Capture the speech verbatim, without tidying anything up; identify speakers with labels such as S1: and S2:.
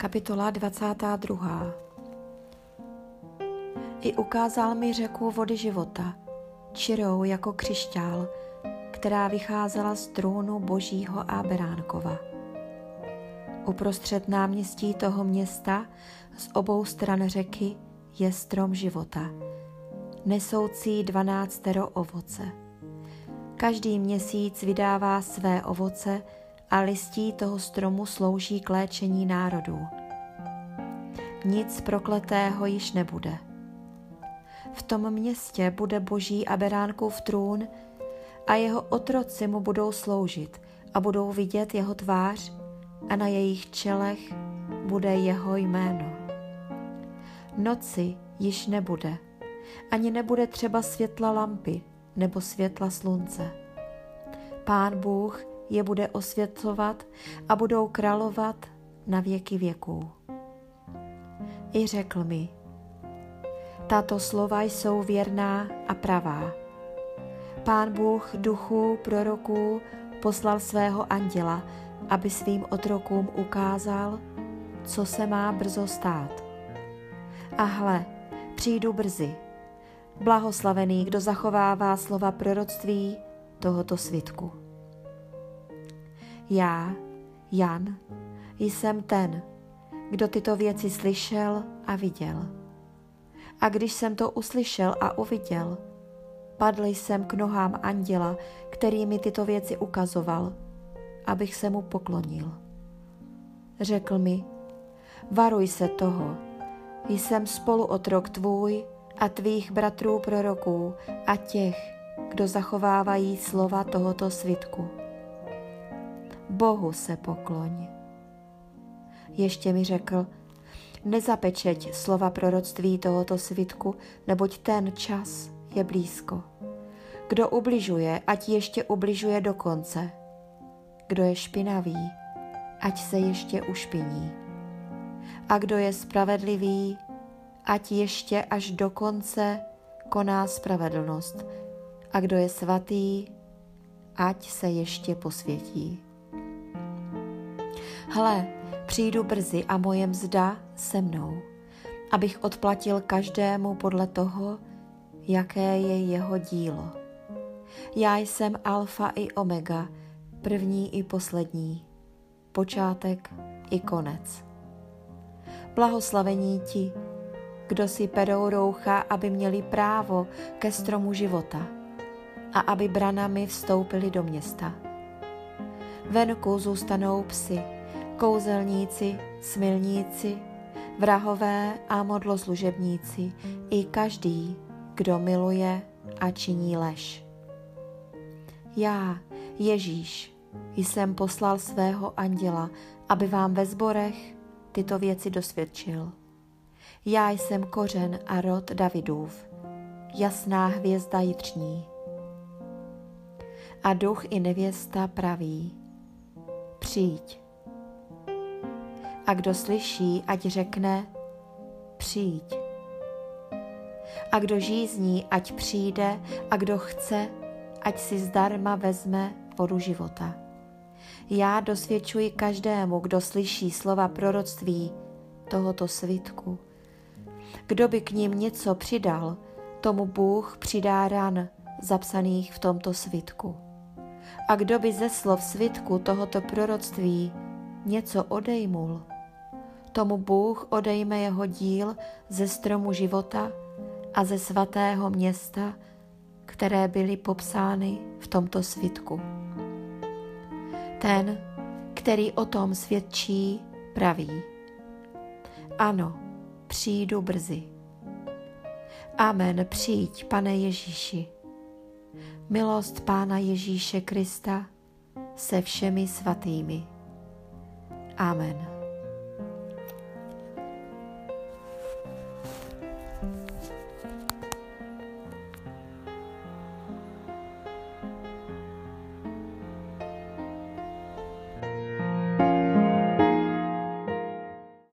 S1: Kapitola dvacátá druhá. I ukázal mi řeku vody života, čirou jako křišťál, která vycházela z trůnu Božího a Beránkova. Uprostřed náměstí toho města z obou stran řeky je strom života, nesoucí dvanáctero ovoce. Každý měsíc vydává své ovoce a listí toho stromu slouží k léčení národů. Nic prokletého již nebude. V tom městě bude Boží a Beránkův trůn a jeho otroci mu budou sloužit a budou vidět jeho tvář a na jejich čelech bude jeho jméno. Noci již nebude, ani nebude třeba světla lampy nebo světla slunce. Pán Bůh je bude osvětlovat a budou královat na věky věků. I řekl mi, tato slova jsou věrná a pravá. Pán Bůh duchů proroků poslal svého anděla, aby svým otrokům ukázal, co se má brzo stát. A hle, přijdu brzy. Blahoslavený, kdo zachovává slova proroctví tohoto svitku. Já, Jan, jsem ten, kdo tyto věci slyšel a viděl. A když jsem to uslyšel a uviděl, padl jsem k nohám anděla, který mi tyto věci ukazoval, abych se mu poklonil. Řekl mi, varuj se toho, jsem spoluotrok tvůj a tvých bratrů proroků a těch, kdo zachovávají slova tohoto svitku. Bohu se pokloň. Ještě mi řekl, nezapečeť slova proroctví tohoto svitku, neboť ten čas je blízko. Kdo ubližuje, ať ještě ubližuje do konce. Kdo je špinavý, ať se ještě ušpiní. A kdo je spravedlivý, ať ještě až do konce koná spravedlnost. A kdo je svatý, ať se ještě posvětí. Hle, přijdu brzy a moje mzda se mnou, abych odplatil každému podle toho, jaké je jeho dílo. Já jsem alfa i omega, první i poslední, počátek i konec. Blahoslavení ti, kdo si perou roucha, aby měli právo ke stromu života a aby branami vstoupili do města. Venku zůstanou psi, kouzelníci, smilníci, vrahové a modloslužebníci i každý, kdo miluje a činí lež. Já, Ježíš, jsem poslal svého anděla, aby vám ve sborech tyto věci dosvědčil. Já jsem kořen a rod Davidův, jasná hvězda jitřní. A duch i nevěsta praví, přijď. A kdo slyší, ať řekne, přijď. A kdo žízní, ať přijde, a kdo chce, ať si zdarma vezme vodu života. Já dosvědčuji každému, kdo slyší slova proroctví tohoto svitku. Kdo by k ním něco přidal, tomu Bůh přidá ran zapsaných v tomto svitku. A kdo by ze slov svitku tohoto proroctví něco odejmul, tomu Bůh odejme jeho díl ze stromu života a ze svatého města, které byly popsány v tomto svitku. Ten, který o tom svědčí, praví, ano, přijdu brzy. Amen, přijď, Pane Ježíši. Milost Pána Ježíše Krista se všemi svatými. Amen.